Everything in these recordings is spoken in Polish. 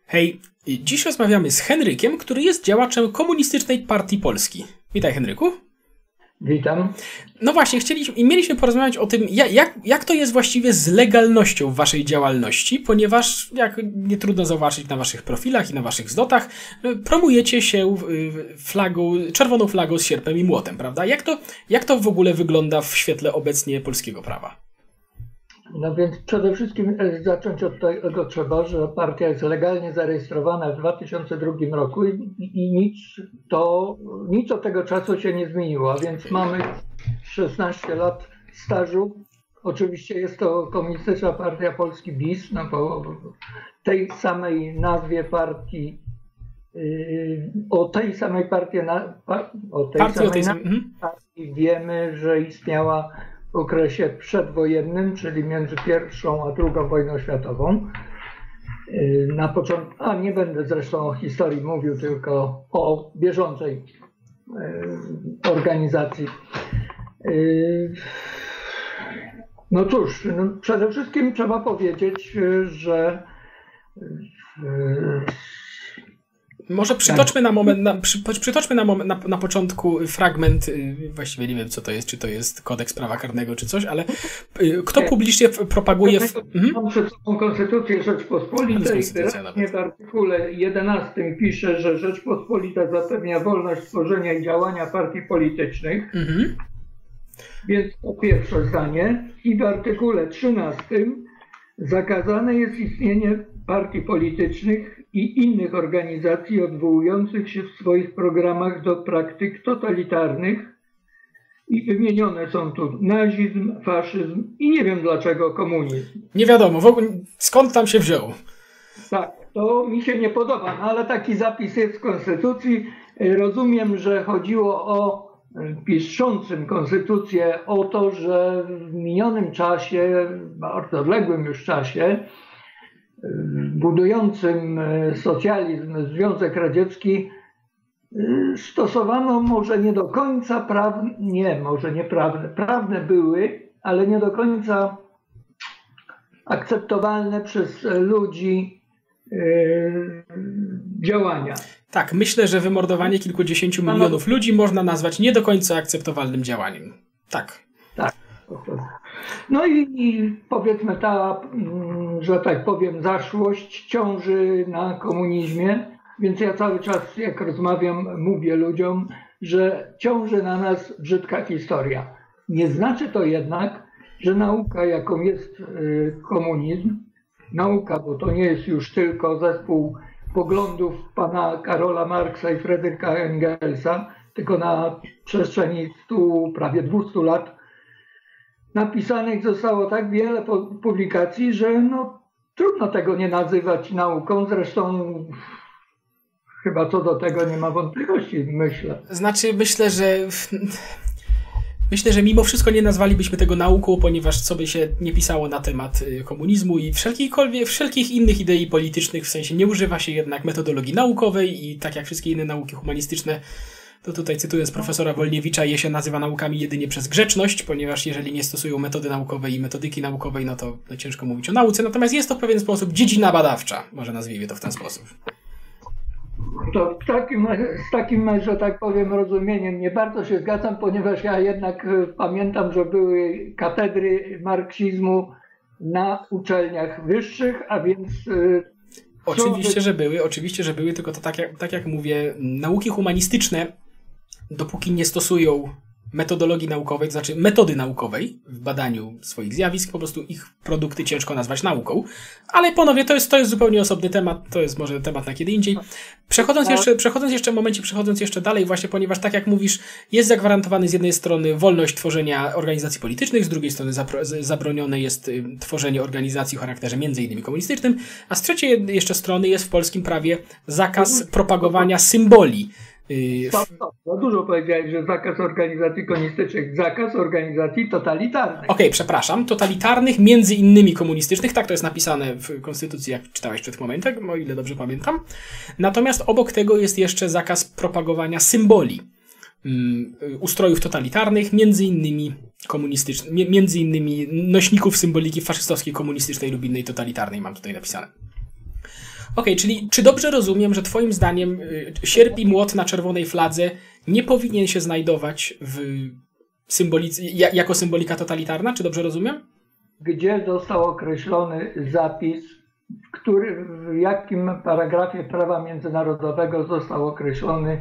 Hej, dziś rozmawiamy z Henrykiem, który jest działaczem Komunistycznej Partii Polski. Witaj, Henryku. Witam. No właśnie, mieliśmy porozmawiać o tym, jak to jest właściwie z legalnością waszej działalności, ponieważ, jak nie trudno zauważyć na waszych profilach i na waszych wzlotach, promujecie się czerwoną flagą z sierpem i młotem, prawda? Jak to w ogóle wygląda w świetle obecnie polskiego prawa? No więc przede wszystkim zacząć od tego trzeba, że partia jest legalnie zarejestrowana w 2002 roku i nic od tego czasu się nie zmieniło, a więc mamy 16 lat stażu. Oczywiście jest to Komunistyczna Partia Polski BiS, no bo tej samej nazwie partii, o tej samej partii wiemy, że istniała w okresie przedwojennym, czyli między pierwszą a drugą wojną światową. Na początku, nie będę zresztą o historii mówił, tylko o bieżącej organizacji. No cóż, przede wszystkim trzeba powiedzieć, że może przytoczmy na początku fragment, właściwie nie wiem co to jest, czy to jest kodeks prawa karnego, czy coś, ale kto publicznie propaguje... Mam przed sobą Konstytucję Rzeczpospolitej, wyraźnie w artykule 11 pisze, że Rzeczpospolita zapewnia wolność tworzenia i działania partii politycznych, więc to pierwsze zdanie. I w artykule 13 zakazane jest istnienie partii politycznych i innych organizacji odwołujących się w swoich programach do praktyk totalitarnych i wymienione są tu nazizm, faszyzm i nie wiem dlaczego komunizm. Nie wiadomo, w ogóle skąd tam się wziął. Tak, to mi się nie podoba, no ale taki zapis jest w Konstytucji. Rozumiem, że chodziło o piszącym Konstytucję o to, że w minionym czasie, bardzo odległym już czasie, budującym socjalizm Związek Radziecki stosowano może nie do końca prawne były, ale nie do końca akceptowalne przez ludzi działania. Tak, myślę, że wymordowanie kilkudziesięciu milionów ludzi można nazwać nie do końca akceptowalnym działaniem. Tak. Tak. No i powiedzmy że tak powiem, zaszłość ciąży na komunizmie, więc ja cały czas jak rozmawiam, mówię ludziom, że ciąży na nas brzydka historia. Nie znaczy to jednak, że nauka, jaką jest komunizm, nauka, bo to nie jest już tylko zespół poglądów pana Karola Marksa i Fryderyka Engelsa, tylko na przestrzeni prawie 200 lat napisanych zostało tak wiele publikacji, że trudno tego nie nazywać nauką. Zresztą chyba co do tego nie ma wątpliwości, myślę. Znaczy, myślę, że mimo wszystko nie nazwalibyśmy tego nauką, ponieważ co by się nie pisało na temat komunizmu i wszelkich innych idei politycznych, w sensie nie używa się jednak metodologii naukowej i tak jak wszystkie inne nauki humanistyczne, to tutaj cytując profesora Wolniewicza, je się nazywa naukami jedynie przez grzeczność, ponieważ jeżeli nie stosują metody naukowej i metodyki naukowej, no to ciężko mówić o nauce, natomiast jest to w pewien sposób dziedzina badawcza, może nazwijmy to w ten sposób. To z takim, że tak powiem, rozumieniem nie bardzo się zgadzam, ponieważ ja jednak pamiętam, że były katedry marksizmu na uczelniach wyższych, a więc... Oczywiście, że były, tylko to tak jak mówię, nauki humanistyczne, dopóki nie stosują metodologii naukowej, to znaczy metody naukowej w badaniu swoich zjawisk, po prostu ich produkty ciężko nazwać nauką. Ale ponownie, to jest zupełnie osobny temat, to jest może temat na kiedy indziej. Przechodząc jeszcze dalej, właśnie ponieważ tak jak mówisz, jest zagwarantowany z jednej strony wolność tworzenia organizacji politycznych, z drugiej strony zabronione jest tworzenie organizacji o charakterze między innymi komunistycznym, a z trzeciej jeszcze strony jest w polskim prawie zakaz propagowania symboli. Za dużo powiedziałeś, że zakaz organizacji komunistycznych, zakaz organizacji totalitarnych. Okej, przepraszam, totalitarnych, między innymi komunistycznych, tak to jest napisane w Konstytucji, jak czytałeś przed momentem, o ile dobrze pamiętam. Natomiast obok tego jest jeszcze zakaz propagowania symboli ustrojów totalitarnych, między innymi nośników symboliki faszystowskiej, komunistycznej lub innej totalitarnej, mam tutaj napisane. Okej, czyli czy dobrze rozumiem, że twoim zdaniem sierp i młot na czerwonej fladze nie powinien się znajdować w jako symbolika totalitarna? Czy dobrze rozumiem? Gdzie został określony zapis, w jakim paragrafie prawa międzynarodowego został określony,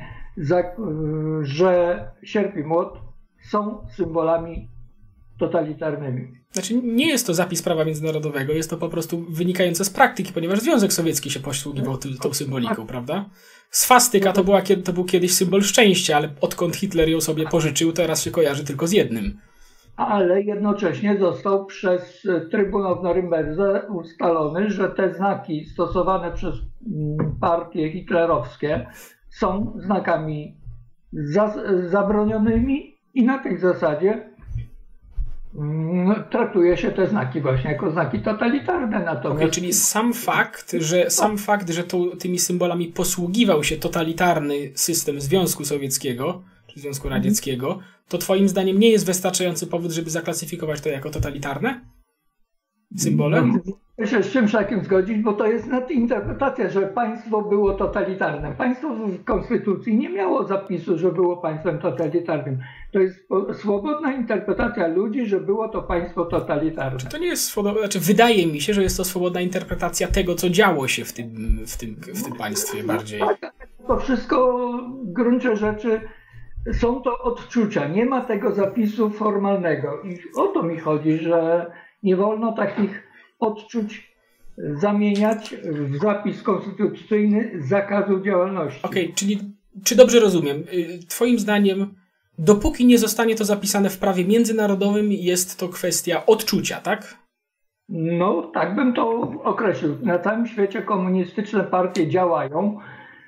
że sierp i młot są symbolami totalitarnymi? Znaczy, nie jest to zapis prawa międzynarodowego, jest to po prostu wynikające z praktyki, ponieważ Związek Sowiecki się posługiwał tą symboliką, prawda? Swastyka to był kiedyś symbol szczęścia, ale odkąd Hitler ją sobie pożyczył, teraz się kojarzy tylko z jednym. Ale jednocześnie został przez Trybunał w Norymberdze ustalony, że te znaki stosowane przez partie hitlerowskie są znakami zabronionymi i na tej zasadzie traktuje się te znaki właśnie jako znaki totalitarne. Natomiast... Czyli sam fakt, że tymi symbolami posługiwał się totalitarny system Związku Sowieckiego, czy Związku Radzieckiego, to twoim zdaniem nie jest wystarczający powód, żeby zaklasyfikować to jako totalitarne symbole? Muszę się z czymś takim zgodzić, bo to jest nadinterpretacja, że państwo było totalitarne. Państwo w Konstytucji nie miało zapisu, że było państwem totalitarnym. To jest swobodna interpretacja ludzi, że było to państwo totalitarne. Czy to nie jest swobodna, znaczy wydaje mi się, że jest to swobodna interpretacja tego, co działo się w tym państwie bardziej. Tak, to wszystko w gruncie rzeczy są to odczucia. Nie ma tego zapisu formalnego. I o to mi chodzi, że nie wolno takich odczuć zamieniać w zapis konstytucyjny zakazu działalności. Okej, czyli czy dobrze rozumiem? Twoim zdaniem, dopóki nie zostanie to zapisane w prawie międzynarodowym, jest to kwestia odczucia, tak? No, tak bym to określił. Na całym świecie komunistyczne partie działają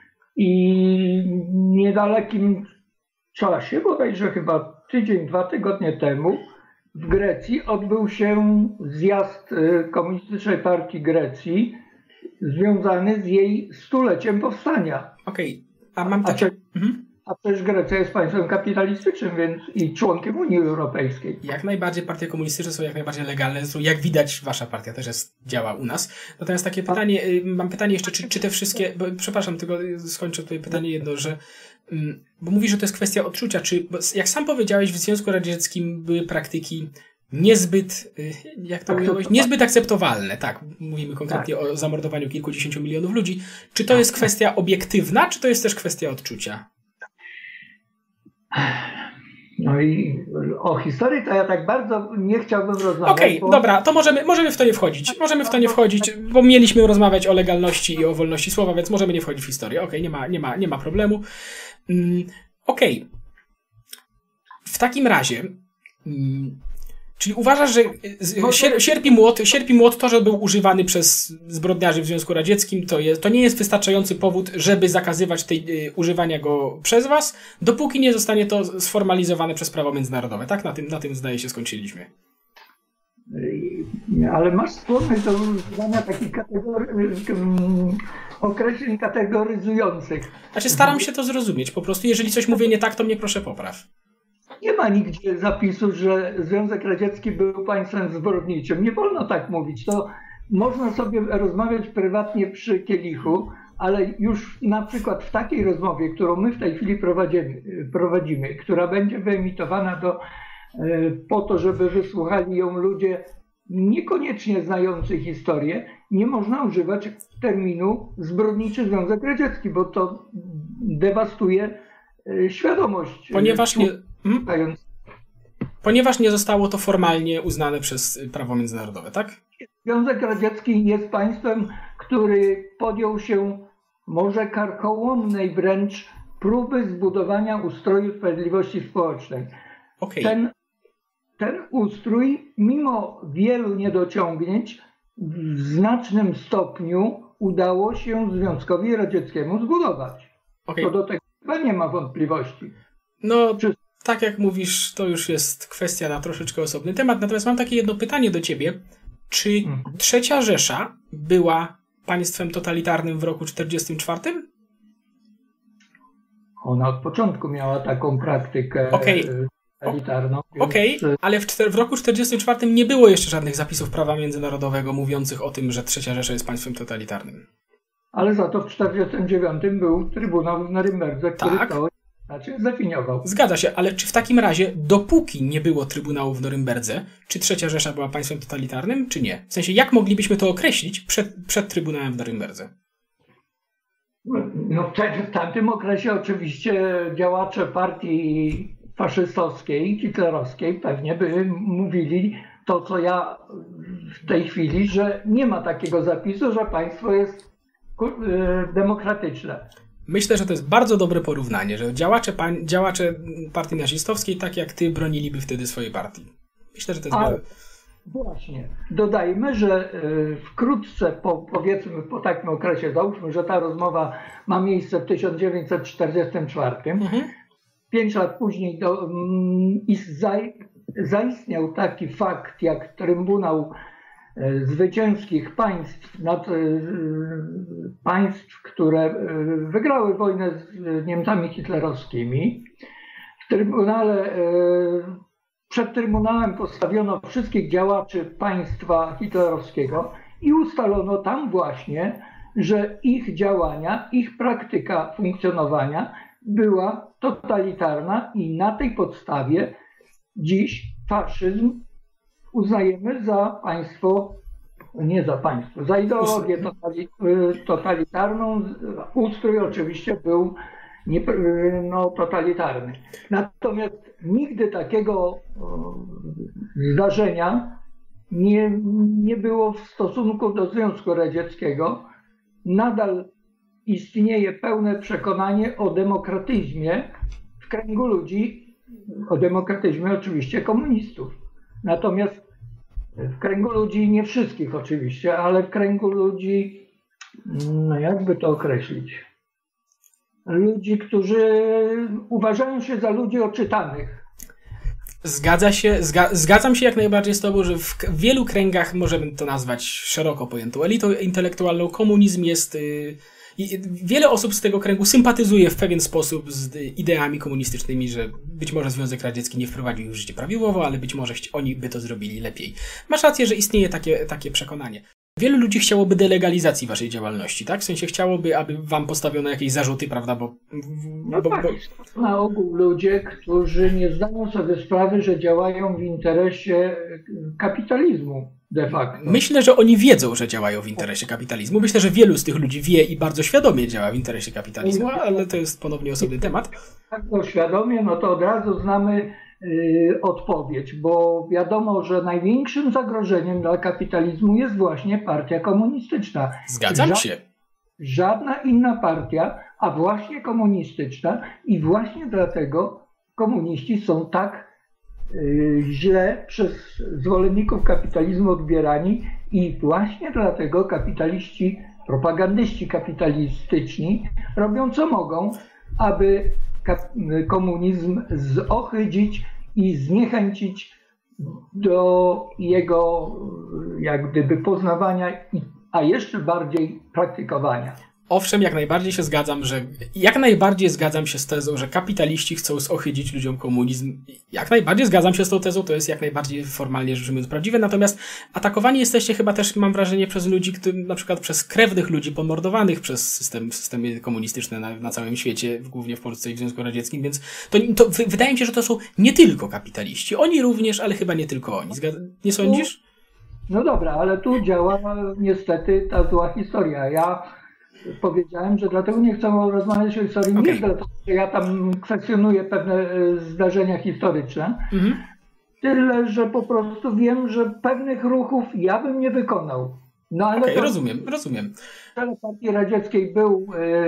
i w niedalekim czasie, bodajże chyba tydzień, 2 tygodnie temu, w Grecji odbył się zjazd Komunistycznej Partii Grecji związany z jej 100-leciem powstania. Okej, a mam takie... A przecież Grecja jest państwem kapitalistycznym, więc i członkiem Unii Europejskiej. Jak najbardziej partie komunistyczne są jak najbardziej legalne. Zresztą jak widać, wasza partia też działa u nas. Natomiast takie pytanie, mam pytanie jeszcze, czy te wszystkie... Przepraszam, tylko skończę tutaj pytanie jedno, że... Bo mówisz, że to jest kwestia odczucia. Czy, jak sam powiedziałeś, w Związku Radzieckim były praktyki niezbyt, jak to ująłeś, niezbyt akceptowalne. Tak, mówimy konkretnie o zamordowaniu kilkudziesięciu milionów ludzi. Czy to jest kwestia obiektywna, czy to jest też kwestia odczucia? No i o historii to ja tak bardzo nie chciałbym rozmawiać. Okej, dobra, to możemy w to nie wchodzić. Możemy w to nie wchodzić, bo mieliśmy rozmawiać o legalności i o wolności słowa, więc możemy nie wchodzić w historię. Okej, nie ma problemu. Okej. W takim razie, czyli uważasz, że sierp i młot, to, że był używany przez zbrodniarzy w Związku Radzieckim, to nie jest wystarczający powód, żeby zakazywać używania go przez was, dopóki nie zostanie to sformalizowane przez prawo międzynarodowe. Tak? Na tym zdaje się skończyliśmy. Ale masz skłonność do używania takich określeń kategoryzujących. Znaczy staram się to zrozumieć. Po prostu jeżeli coś mówię nie tak, to mnie proszę popraw. Nie ma nigdzie zapisu, że Związek Radziecki był państwem zbrodniczym. Nie wolno tak mówić. To można sobie rozmawiać prywatnie przy kielichu, ale już na przykład w takiej rozmowie, którą my w tej chwili prowadzimy, która będzie wyemitowana po to, żeby wysłuchali ją ludzie niekoniecznie znający historię, nie można używać terminu zbrodniczy Związek Radziecki, bo to dewastuje świadomość. Ponieważ nie zostało to formalnie uznane przez prawo międzynarodowe, tak? Związek Radziecki jest państwem, który podjął się może karkołomnej wręcz próby zbudowania ustroju sprawiedliwości społecznej. Okay. Ten ustrój, mimo wielu niedociągnięć, w znacznym stopniu udało się Związkowi Radzieckiemu zbudować. Okay. To do tego chyba nie ma wątpliwości. No, tak jak mówisz, to już jest kwestia na troszeczkę osobny temat. Natomiast mam takie jedno pytanie do ciebie. Czy Trzecia Rzesza była państwem totalitarnym w roku 1944? Ona od początku miała taką praktykę totalitarną. Okej, ale w roku 1944 nie było jeszcze żadnych zapisów prawa międzynarodowego mówiących o tym, że Trzecia Rzesza jest państwem totalitarnym. ale za to w 1949 był Trybunał w Norymberdze, który Tak. to znaczy zdefiniował. Zgadza się, ale czy w takim razie, dopóki nie było Trybunału w Norymberdze, czy Trzecia Rzesza była państwem totalitarnym, czy nie? W sensie, jak moglibyśmy to określić przed Trybunałem w Norymberdze? No w tamtym okresie oczywiście działacze partii faszystowskiej, hitlerowskiej pewnie by mówili to, co ja w tej chwili, że nie ma takiego zapisu, że państwo jest demokratyczne. Myślę, że to jest bardzo dobre porównanie, że działacze partii nazistowskiej, tak jak ty, broniliby wtedy swojej partii. Myślę, że to jest dobre. Właśnie. Dodajmy, że wkrótce, powiedzmy po takim okresie, załóżmy, że ta rozmowa ma miejsce w 1944, 5 lat później zaistniał taki fakt jak Trybunał Zwycięskich państw, które wygrały wojnę z Niemcami hitlerowskimi. Przed Trybunałem postawiono wszystkich działaczy państwa hitlerowskiego i ustalono tam właśnie, że ich działania, ich praktyka funkcjonowania była totalitarna i na tej podstawie dziś faszyzm uznajemy za państwo, nie za państwo, za ideologię totalitarną. Ustrój oczywiście był totalitarny. Natomiast nigdy takiego zdarzenia nie było w stosunku do Związku Radzieckiego. Nadal istnieje pełne przekonanie o demokratyzmie w kręgu ludzi, o demokratyzmie oczywiście komunistów. Natomiast w kręgu ludzi, nie wszystkich oczywiście, ale w kręgu ludzi, jakby to określić, ludzi, którzy uważają się za ludzi oczytanych. Zgadzam się jak najbardziej z tobą, że w wielu kręgach możemy to nazwać szeroko pojętą elitą intelektualną. Komunizm jest... Wiele osób z tego kręgu sympatyzuje w pewien sposób z ideami komunistycznymi, że być może Związek Radziecki nie wprowadził ich w życie prawidłowo, ale być może oni by to zrobili lepiej. Masz rację, że istnieje takie przekonanie. Wielu ludzi chciałoby delegalizacji waszej działalności, tak? W sensie chciałoby, aby wam postawiono jakieś zarzuty, prawda? Na ogół ludzie, którzy nie zdają sobie sprawy, że działają w interesie kapitalizmu de facto. Myślę, że oni wiedzą, że działają w interesie kapitalizmu. Myślę, że wielu z tych ludzi wie i bardzo świadomie działa w interesie kapitalizmu, ale to jest ponownie osobny temat. Tak, to świadomie, no to od razu znamy odpowiedź, bo wiadomo, że największym zagrożeniem dla kapitalizmu jest właśnie partia komunistyczna. Zgadzam się. Żadna inna partia, a właśnie komunistyczna i właśnie dlatego komuniści są tak źle przez zwolenników kapitalizmu odbierani i właśnie dlatego kapitaliści, propagandyści kapitalistyczni robią co mogą, aby komunizm zohydzić i zniechęcić do jego jak gdyby poznawania, a jeszcze bardziej praktykowania. Owszem, jak najbardziej zgadzam się z tezą, że kapitaliści chcą zohydzić ludziom komunizm. Jak najbardziej zgadzam się z tą tezą, to jest jak najbardziej formalnie rzecz ujmując prawdziwe. Natomiast atakowani jesteście chyba też, mam wrażenie, przez ludzi, na przykład przez krewnych ludzi pomordowanych przez systemy komunistyczne na całym świecie, głównie w Polsce i w Związku Radzieckim, więc wydaje mi się, że to są nie tylko kapitaliści. Oni również, ale chyba nie tylko oni. Nie sądzisz? No dobra, ale tu działa niestety ta zła historia. Ja powiedziałem, że dlatego nie chcę rozmawiać o historii, nie dlatego, że ja tam kwestionuję pewne zdarzenia historyczne, tyle, że po prostu wiem, że pewnych ruchów ja bym nie wykonał. No ale rozumiem. W czele partii radzieckiej był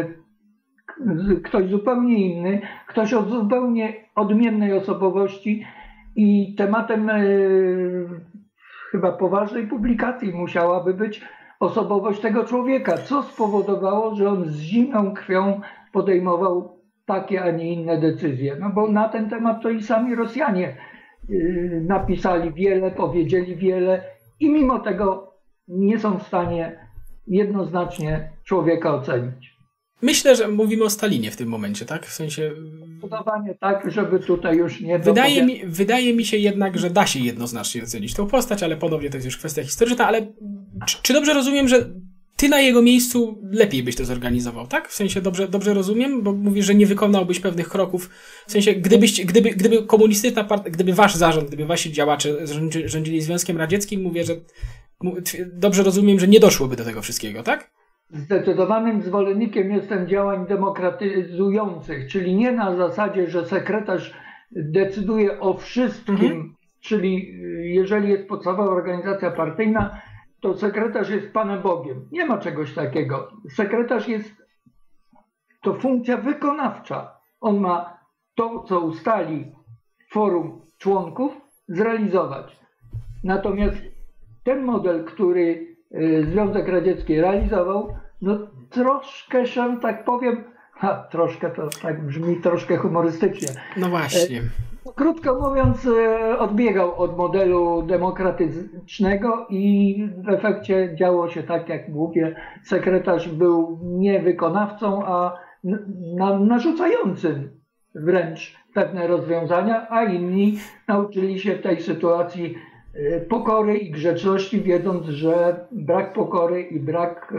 ktoś zupełnie inny, ktoś o zupełnie odmiennej osobowości i tematem chyba poważnej publikacji musiałaby być osobowość tego człowieka, co spowodowało, że on z zimną krwią podejmował takie, a nie inne decyzje. No bo na ten temat to i sami Rosjanie napisali wiele, powiedzieli wiele i mimo tego nie są w stanie jednoznacznie człowieka ocenić. Myślę, że mówimy o Stalinie w tym momencie, tak? W sensie... Zdecydowanie tak, żeby tutaj już nie... Wydaje mi się jednak, że da się jednoznacznie ocenić tą postać, ale ponownie to jest już kwestia historyczna, ale czy dobrze rozumiem, że ty na jego miejscu lepiej byś to zorganizował, tak? W sensie dobrze rozumiem, bo mówisz, że nie wykonałbyś pewnych kroków. W sensie, gdyby komunistyczna partia, gdyby wasz zarząd, gdyby wasi działacze rządzili Związkiem Radzieckim, mówię, że dobrze rozumiem, że nie doszłoby do tego wszystkiego, tak? Zdecydowanym zwolennikiem jestem działań demokratyzujących, czyli nie na zasadzie, że sekretarz decyduje o wszystkim, czyli jeżeli jest podstawowa organizacja partyjna, to sekretarz jest Panem Bogiem. Nie ma czegoś takiego. Sekretarz to funkcja wykonawcza. On ma to, co ustali forum członków, zrealizować. Natomiast ten model, który Związek Radziecki realizował, no troszkę się, tak powiem, troszkę to tak brzmi troszkę humorystycznie. No właśnie. Krótko mówiąc, odbiegał od modelu demokratycznego i w efekcie działo się tak, jak mówię, sekretarz był nie wykonawcą, a narzucającym wręcz pewne rozwiązania, a inni nauczyli się w tej sytuacji pokory i grzeczności, wiedząc, że brak pokory i brak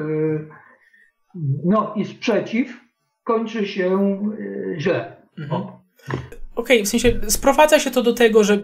i sprzeciw kończy się źle. Okej, w sensie sprowadza się to do tego, że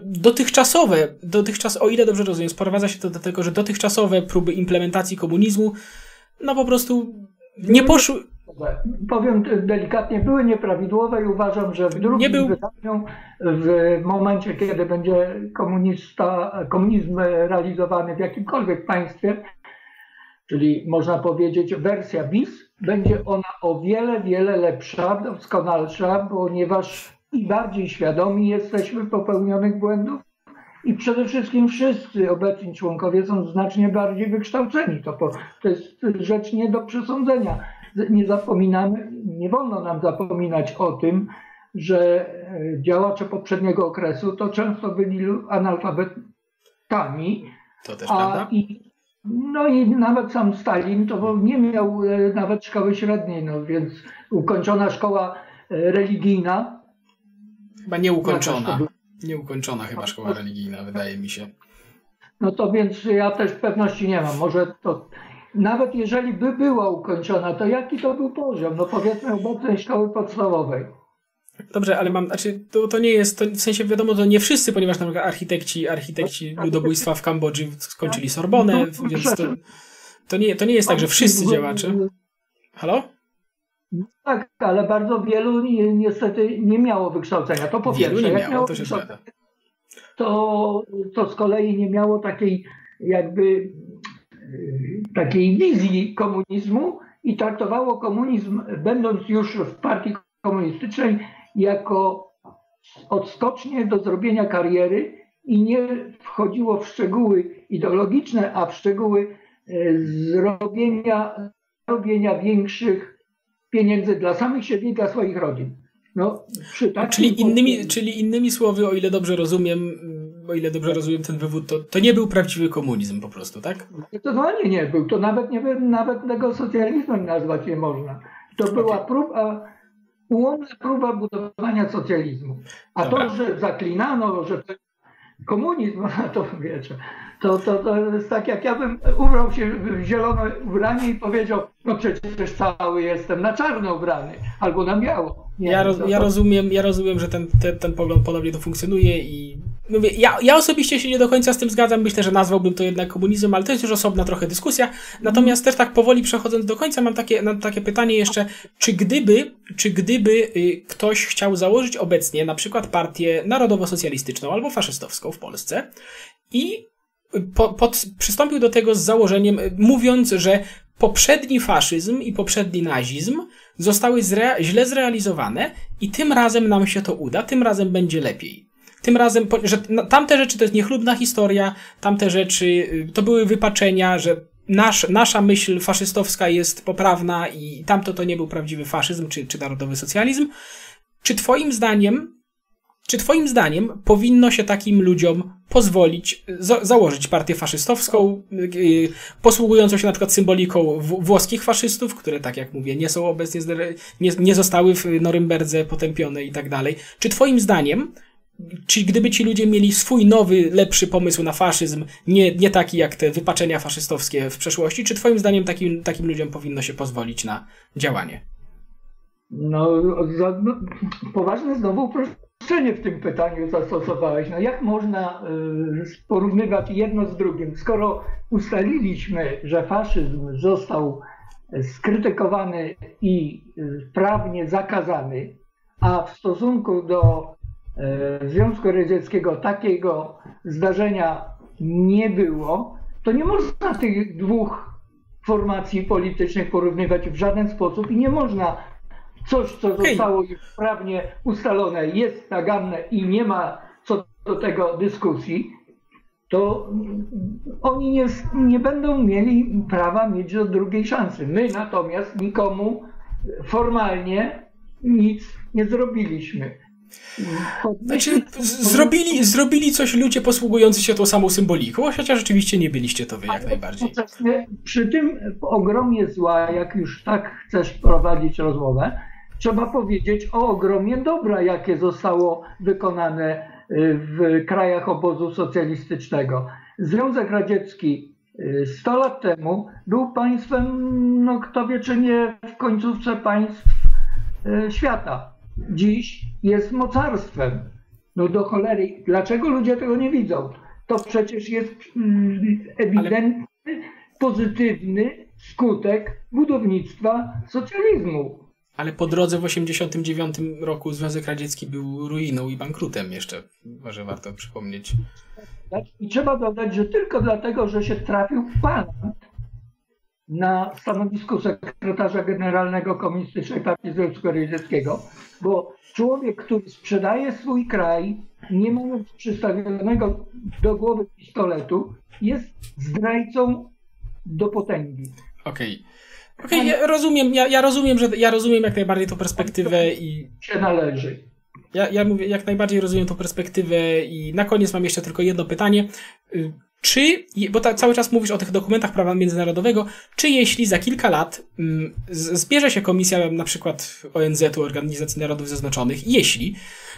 o ile dobrze rozumiem, sprowadza się to do tego, że dotychczasowe próby implementacji komunizmu po prostu nie poszły. Powiem delikatnie, były nieprawidłowe i uważam, że w drugim wydaniu, w momencie, kiedy będzie komunizm realizowany w jakimkolwiek państwie, czyli można powiedzieć wersja bis, będzie ona o wiele, wiele lepsza, doskonalsza, ponieważ i bardziej świadomi jesteśmy popełnionych błędów i przede wszystkim wszyscy obecni członkowie są znacznie bardziej wykształceni. To jest rzecz nie do przesądzenia. Nie zapominamy, nie wolno nam zapominać o tym, że działacze poprzedniego okresu to często byli analfabetami. To też prawda. I nawet sam Stalin to nie miał nawet szkoły średniej, więc ukończona szkoła religijna. Chyba nieukończona. Nieukończona chyba szkoła religijna, wydaje mi się. No to więc ja też pewności nie mam. Może to nawet jeżeli by była ukończona, to jaki to był poziom? Powiedzmy obecnej szkoły podstawowej. Dobrze, ale to nie jest, w sensie wiadomo, to nie wszyscy, ponieważ na przykład architekci ludobójstwa w Kambodży skończyli Sorbonę, więc to nie jest tak, że wszyscy działacze. Halo? Tak, ale bardzo wielu niestety nie miało wykształcenia. To po pierwsze. Wielu nie miało, to się zgadza. To z kolei nie miało takiej wizji komunizmu i traktowało komunizm, będąc już w partii komunistycznej, jako odskocznie do zrobienia kariery i nie wchodziło w szczegóły ideologiczne, a w szczegóły zrobienia większych pieniędzy dla samych siebie i dla swoich rodzin. Czyli innymi słowy, o ile dobrze rozumiem ten wywód, to nie był prawdziwy komunizm po prostu, tak? Zdecydowanie nie był. To nawet tego socjalizmem nazwać nie można. To była ułomna próba budowania socjalizmu. A Dobra. To, że zaklinano, że to komunizm, to wiecie, to jest tak, jak ja bym ubrał się w zielone ubranie i powiedział, przecież cały jestem na czarno ubrany, albo na biało. Ja rozumiem, że ten pogląd podobnie to funkcjonuje i mówię, ja osobiście się nie do końca z tym zgadzam, myślę, że nazwałbym to jednak komunizmem, ale to jest już osobna trochę dyskusja. Natomiast też tak powoli przechodząc do końca mam takie pytanie jeszcze, czy gdyby ktoś chciał założyć obecnie na przykład partię narodowo-socjalistyczną albo faszystowską w Polsce i przystąpił do tego z założeniem, mówiąc, że poprzedni faszyzm i poprzedni nazizm zostały źle zrealizowane i tym razem nam się to uda, tym razem będzie lepiej. Tym razem, że tamte rzeczy to jest niechlubna historia, tamte rzeczy to były wypaczenia, że nasza myśl faszystowska jest poprawna i tamto to nie był prawdziwy faszyzm czy narodowy socjalizm. Czy twoim zdaniem powinno się takim ludziom pozwolić założyć partię faszystowską, posługującą się na przykład symboliką włoskich faszystów, które, tak jak mówię, nie są obecnie, nie zostały w Norymberdze potępione i tak dalej. Czy twoim zdaniem Czy gdyby ci ludzie mieli swój nowy, lepszy pomysł na faszyzm, nie taki jak te wypaczenia faszystowskie w przeszłości, czy twoim zdaniem takim ludziom powinno się pozwolić na działanie? Poważne znowu uproszczenie w tym pytaniu zastosowałeś. Jak można porównywać jedno z drugim? Skoro ustaliliśmy, że faszyzm został skrytykowany i prawnie zakazany, a w stosunku do Związku Radzieckiego takiego zdarzenia nie było, to nie można tych dwóch formacji politycznych porównywać w żaden sposób i nie można coś, co zostało już prawnie ustalone, jest naganne i nie ma co do tego dyskusji, to oni nie będą mieli prawa mieć do drugiej szansy. My natomiast nikomu formalnie nic nie zrobiliśmy. Znaczy, zrobili coś ludzie posługujący się tą samą symboliką, chociaż rzeczywiście nie byliście to wy jak najbardziej. Przy tym ogromie zła, jak już tak chcesz prowadzić rozmowę, trzeba powiedzieć o ogromie dobra, jakie zostało wykonane w krajach obozu socjalistycznego. Związek Radziecki 100 lat temu był państwem, kto wie czy nie, w końcówce państw świata. Dziś jest mocarstwem. Do cholery. Dlaczego ludzie tego nie widzą? To przecież jest ewidentny, pozytywny skutek budownictwa socjalizmu. Ale po drodze w 1989 roku Związek Radziecki był ruiną i bankrutem jeszcze, może warto przypomnieć. I trzeba dodać, że tylko dlatego, że się trafił pan na stanowisku sekretarza generalnego Komunistycznej Partii Związku Radzieckiego, bo człowiek, który sprzedaje swój kraj, nie mając przystawionego do głowy pistoletu, jest zdrajcą do potęgi. Okej, ja rozumiem, ja rozumiem jak najbardziej tą perspektywę i się należy. Ja mówię, jak najbardziej rozumiem tą perspektywę i na koniec mam jeszcze tylko jedno pytanie. Bo cały czas mówisz o tych dokumentach prawa międzynarodowego, czy jeśli za kilka lat zbierze się komisja na przykład ONZ-u, Organizacji Narodów Zjednoczonych, jeśli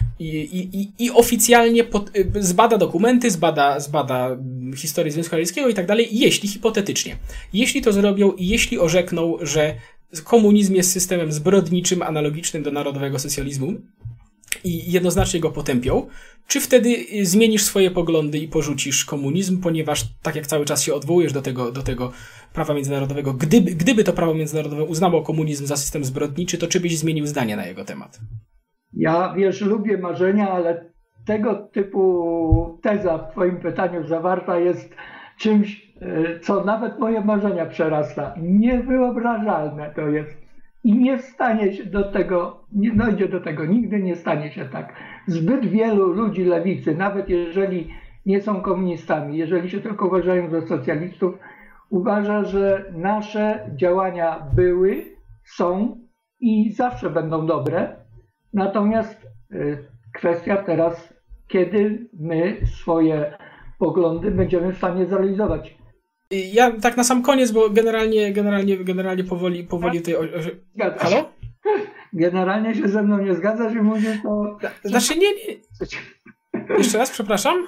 i oficjalnie zbada dokumenty, zbada historię Związku Radzieckiego i tak dalej, jeśli hipotetycznie, jeśli to zrobią i jeśli orzekną, że komunizm jest systemem zbrodniczym, analogicznym do narodowego socjalizmu, i jednoznacznie go potępią, czy wtedy zmienisz swoje poglądy i porzucisz komunizm, ponieważ tak jak cały czas się odwołujesz do tego prawa międzynarodowego, gdyby to prawo międzynarodowe uznało komunizm za system zbrodniczy, to czy byś zmienił zdanie na jego temat? Ja, lubię marzenia, ale tego typu teza w twoim pytaniu zawarta jest czymś, co nawet moje marzenia przerasta. Niewyobrażalne to jest. I nie stanie się do tego, nie dojdzie do tego, nigdy nie stanie się tak. Zbyt wielu ludzi lewicy, nawet jeżeli nie są komunistami, jeżeli się tylko uważają za socjalistów, uważa, że nasze działania były, są i zawsze będą dobre. Natomiast kwestia teraz, kiedy my swoje poglądy będziemy w stanie zrealizować. Ja tak na sam koniec, bo generalnie powoli tutaj... Halo? Generalnie się ze mną nie zgadzasz i mówisz to... Znaczy nie. Jeszcze raz, przepraszam?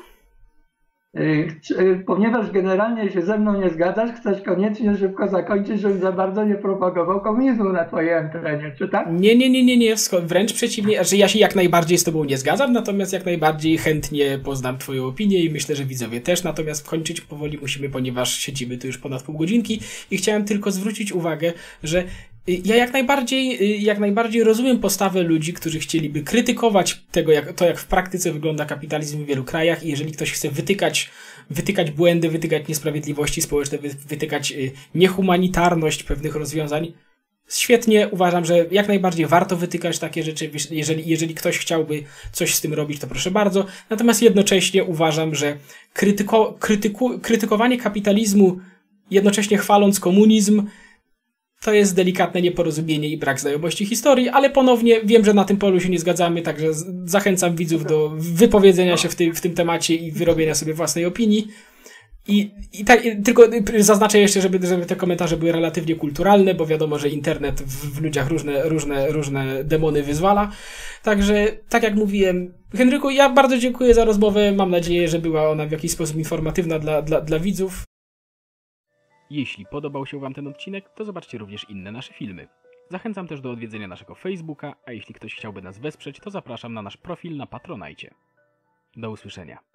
Ponieważ generalnie się ze mną nie zgadzasz, chcesz koniecznie szybko zakończyć, żebym za bardzo nie propagował komunizmu na twojej antenie, czy tak? Nie. Wręcz przeciwnie, że ja się jak najbardziej z tobą nie zgadzam, natomiast jak najbardziej chętnie poznam twoją opinię i myślę, że widzowie też, natomiast kończyć powoli musimy, ponieważ siedzimy tu już ponad pół godzinki i chciałem tylko zwrócić uwagę, że ja jak najbardziej rozumiem postawę ludzi, którzy chcieliby krytykować jak w praktyce wygląda kapitalizm w wielu krajach i jeżeli ktoś chce wytykać błędy, wytykać niesprawiedliwości społeczne, wytykać niehumanitarność pewnych rozwiązań, świetnie, uważam, że jak najbardziej warto wytykać takie rzeczy, jeżeli ktoś chciałby coś z tym robić, to proszę bardzo. Natomiast jednocześnie uważam, że krytykowanie kapitalizmu jednocześnie chwaląc komunizm to jest delikatne nieporozumienie i brak znajomości historii, ale ponownie wiem, że na tym polu się nie zgadzamy, także zachęcam widzów do wypowiedzenia się w tym temacie i wyrobienia sobie własnej opinii. Tylko zaznaczę jeszcze, żeby te komentarze były relatywnie kulturalne, bo wiadomo, że internet w ludziach różne demony wyzwala. Także, tak jak mówiłem, Henryku, ja bardzo dziękuję za rozmowę. Mam nadzieję, że była ona w jakiś sposób informatywna dla widzów. Jeśli podobał się Wam ten odcinek, to zobaczcie również inne nasze filmy. Zachęcam też do odwiedzenia naszego Facebooka, a jeśli ktoś chciałby nas wesprzeć, to zapraszam na nasz profil na Patronite. Do usłyszenia.